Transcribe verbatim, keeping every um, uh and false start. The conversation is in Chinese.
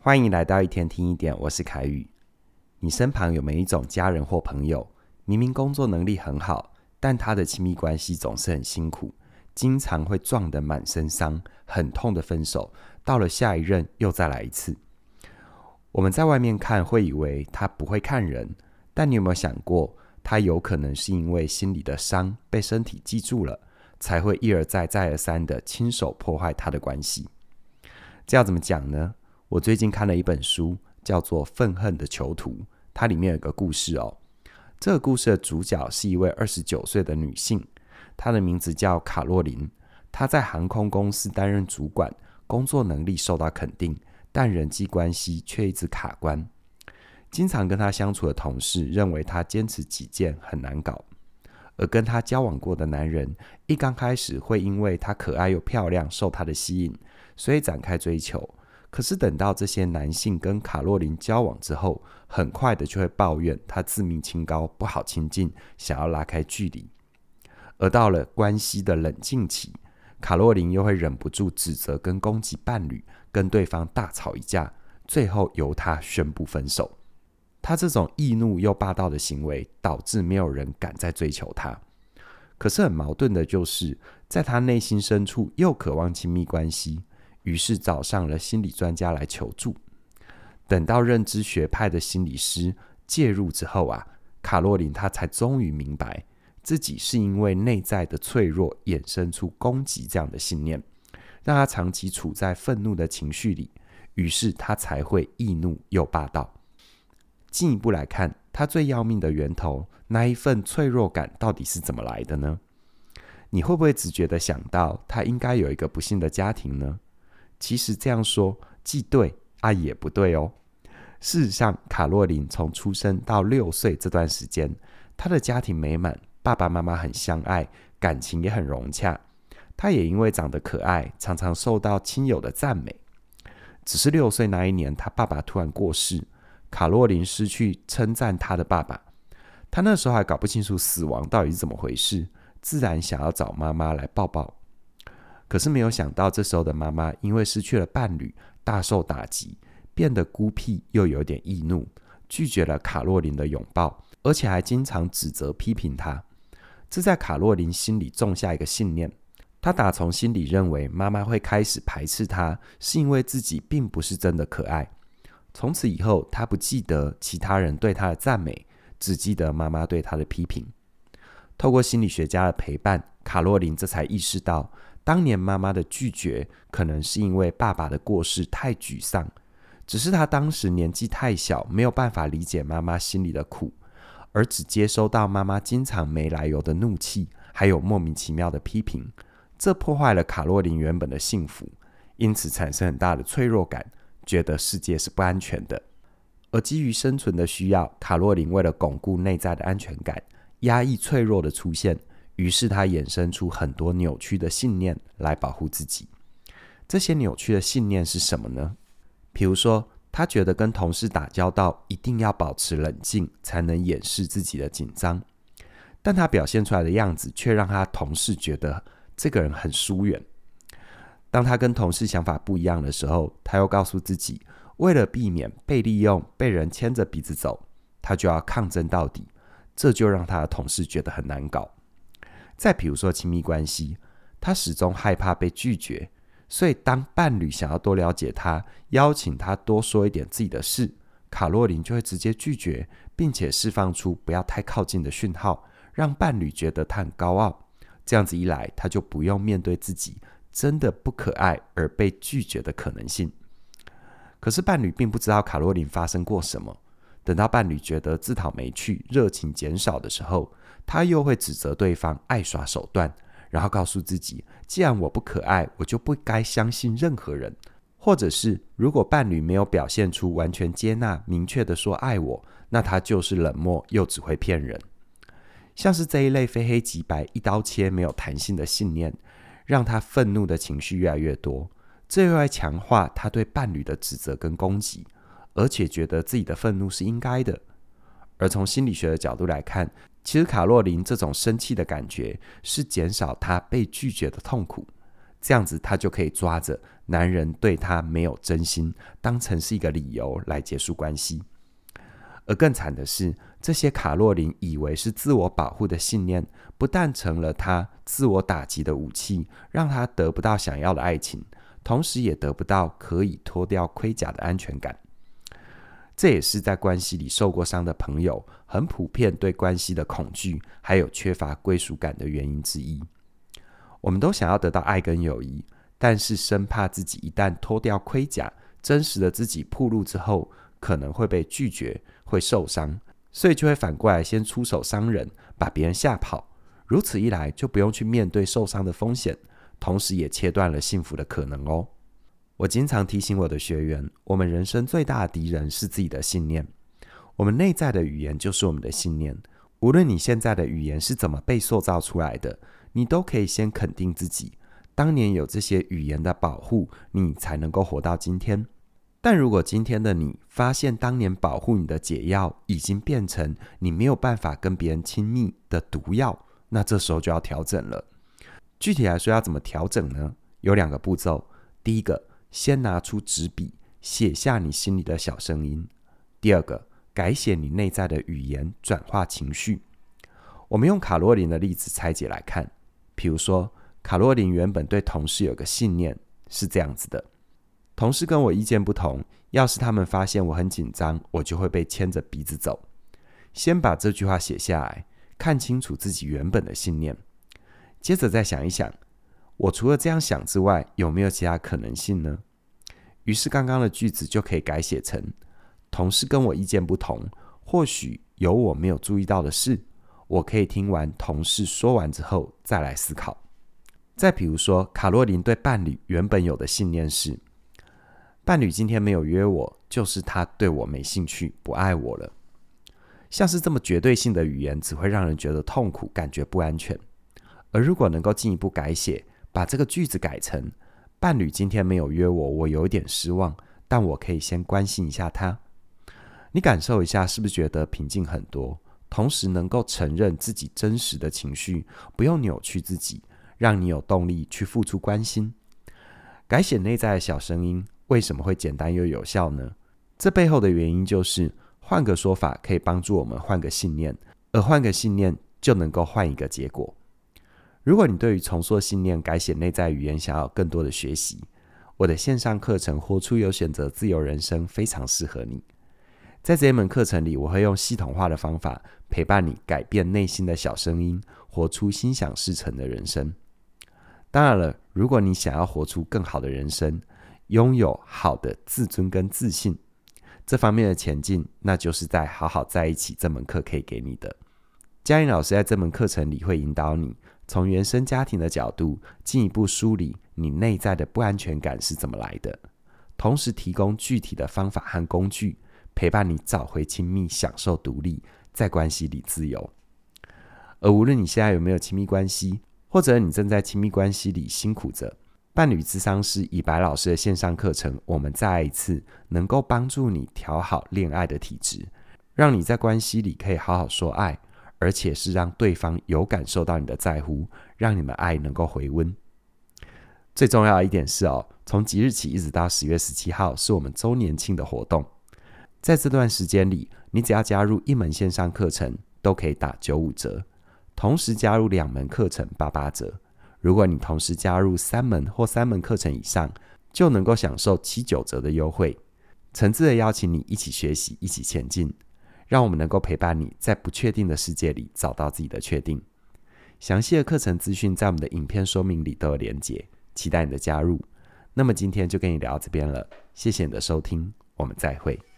欢迎来到一天听一点，我是凯宇。你身旁有没有一种家人或朋友，明明工作能力很好，但他的亲密关系总是很辛苦，经常会撞得满身伤，很痛的分手，到了下一任又再来一次。我们在外面看会以为他不会看人，但你有没有想过，他有可能是因为心里的伤被身体记住了，才会一而再再而三的亲手破坏他的关系。这要怎么讲呢？我最近看了一本书，叫做《愤恨的囚徒》，它里面有一个故事哦。这个故事的主角是一位二十九岁的女性，她的名字叫卡洛琳。她在航空公司担任主管，工作能力受到肯定，但人际关系却一直卡关。经常跟她相处的同事认为她坚持己见，很难搞。而跟她交往过的男人，一刚开始会因为她可爱又漂亮受她的吸引，所以展开追求。可是等到这些男性跟卡洛琳交往之后，很快的就会抱怨他自命清高，不好亲近，想要拉开距离。而到了关系的冷静期，卡洛琳又会忍不住指责跟攻击伴侣，跟对方大吵一架，最后由他宣布分手。他这种易怒又霸道的行为，导致没有人敢再追求他。可是很矛盾的就是，在他内心深处又渴望亲密关系，于是找上了心理专家来求助。等到认知学派的心理师介入之后啊，卡洛琳她才终于明白，自己是因为内在的脆弱衍生出攻击这样的信念，让她长期处在愤怒的情绪里，于是她才会易怒又霸道。进一步来看，她最要命的源头，那一份脆弱感到底是怎么来的呢？你会不会只觉得想到她应该有一个不幸的家庭呢？其实这样说既对啊也不对哦。事实上，卡洛琳从出生到六岁这段时间，她的家庭美满，爸爸妈妈很相爱，感情也很融洽。她也因为长得可爱，常常受到亲友的赞美。只是六岁那一年，她爸爸突然过世，卡洛琳失去称赞她的爸爸。她那时候还搞不清楚死亡到底是怎么回事，自然想要找妈妈来抱抱。可是没有想到，这时候的妈妈因为失去了伴侣，大受打击，变得孤僻又有点易怒，拒绝了卡洛琳的拥抱，而且还经常指责批评她。这在卡洛琳心里种下一个信念，她打从心里认为妈妈会开始排斥她，是因为自己并不是真的可爱。从此以后，她不记得其他人对她的赞美，只记得妈妈对她的批评。透过心理学家的陪伴，卡洛琳这才意识到，当年妈妈的拒绝可能是因为爸爸的过世太沮丧，只是她当时年纪太小，没有办法理解妈妈心里的苦，而只接收到妈妈经常没来由的怒气，还有莫名其妙的批评，这破坏了卡洛琳原本的幸福，因此产生很大的脆弱感，觉得世界是不安全的。而基于生存的需要，卡洛琳为了巩固内在的安全感，压抑脆弱的出现，于是他衍生出很多扭曲的信念来保护自己。这些扭曲的信念是什么呢？比如说，他觉得跟同事打交道一定要保持冷静，才能掩饰自己的紧张，但他表现出来的样子却让他同事觉得这个人很疏远。当他跟同事想法不一样的时候，他又告诉自己，为了避免被利用，被人牵着鼻子走，他就要抗争到底，这就让他的同事觉得很难搞。再比如说亲密关系，他始终害怕被拒绝，所以当伴侣想要多了解他，邀请他多说一点自己的事，卡洛琳就会直接拒绝，并且释放出不要太靠近的讯号，让伴侣觉得他很高傲。这样子一来，他就不用面对自己真的不可爱而被拒绝的可能性。可是伴侣并不知道卡洛琳发生过什么，等到伴侣觉得自讨没趣，热情减少的时候，他又会指责对方爱耍手段，然后告诉自己，既然我不可爱，我就不该相信任何人。或者是如果伴侣没有表现出完全接纳，明确的说爱我，那他就是冷漠又只会骗人。像是这一类非黑即白、一刀切没有弹性的信念，让他愤怒的情绪越来越多，这又来强化他对伴侣的指责跟攻击，而且觉得自己的愤怒是应该的。而从心理学的角度来看，其实卡洛琳这种生气的感觉是减少他被拒绝的痛苦， 这样子他就可以抓着男人对他没有真心当成是一个理由来结束关系。而更惨的是，这些卡洛琳以为是自我保护的信念，不但成了他自我打击的武器，让他得不到想要的爱情，同时也得不到可以脱掉盔甲的安全感。这也是在关系里受过伤的朋友很普遍对关系的恐惧，还有缺乏归属感的原因之一。我们都想要得到爱跟友谊，但是生怕自己一旦脱掉盔甲，真实的自己暴露之后，可能会被拒绝，会受伤，所以就会反过来先出手伤人，把别人吓跑。如此一来，就不用去面对受伤的风险，同时也切断了幸福的可能哦。我经常提醒我的学员，我们人生最大的敌人是自己的信念。我们内在的语言就是我们的信念。无论你现在的语言是怎么被塑造出来的，你都可以先肯定自己，当年有这些语言的保护，你才能够活到今天。但如果今天的你发现当年保护你的解药已经变成你没有办法跟别人亲密的毒药，那这时候就要调整了。具体来说要怎么调整呢？有两个步骤。第一个，先拿出纸笔，写下你心里的小声音。第二个，改写你内在的语言，转化情绪。我们用卡洛琳的例子拆解来看，比如说卡洛琳原本对同事有个信念是这样子的：同事跟我意见不同，要是他们发现我很紧张，我就会被牵着鼻子走。先把这句话写下来，看清楚自己原本的信念，接着再想一想，我除了这样想之外，有没有其他可能性呢？于是刚刚的句子就可以改写成：同事跟我意见不同，或许有我没有注意到的事，我可以听完同事说完之后再来思考。再比如说，卡洛琳对伴侣原本有的信念是：伴侣今天没有约我，就是他对我没兴趣，不爱我了。像是这么绝对性的语言，只会让人觉得痛苦，感觉不安全。而如果能够进一步改写，把这个句子改成：伴侣今天没有约我，我有点失望，但我可以先关心一下他。你感受一下，是不是觉得平静很多？同时能够承认自己真实的情绪，不用扭曲自己，让你有动力去付出关心。改写内在的小声音为什么会简单又有效呢？这背后的原因就是换个说法可以帮助我们换个信念，而换个信念就能够换一个结果。如果你对于重塑信念、改写内在语言想要有更多的学习，我的线上课程活出有选择自由人生非常适合你。在这一门课程里，我会用系统化的方法陪伴你改变内心的小声音，活出心想事成的人生。当然了，如果你想要活出更好的人生，拥有好的自尊跟自信，这方面的前进，那就是在好好在一起这门课可以给你的。嘉玲老师在这门课程里会引导你从原生家庭的角度进一步梳理你内在的不安全感是怎么来的，同时提供具体的方法和工具，陪伴你找回亲密，享受独立，在关系里自由。而无论你现在有没有亲密关系，或者你正在亲密关系里辛苦着，伴侣咨商师以白老师的线上课程，我们再来一次能够帮助你调好恋爱的体质，让你在关系里可以好好说爱，而且是让对方有感受到你的在乎，让你们爱能够回温。最重要的一点是哦，从即日起一直到十月十七号是我们周年庆的活动。在这段时间里，你只要加入一门线上课程都可以打九五折，同时加入两门课程八八折。如果你同时加入三门或三门课程以上，就能够享受七九折的优惠。诚挚的邀请你一起学习，一起前进，让我们能够陪伴你在不确定的世界里找到自己的确定。详细的课程资讯在我们的影片说明里都有连结，期待你的加入。那么今天就跟你聊到这边了，谢谢你的收听，我们再会。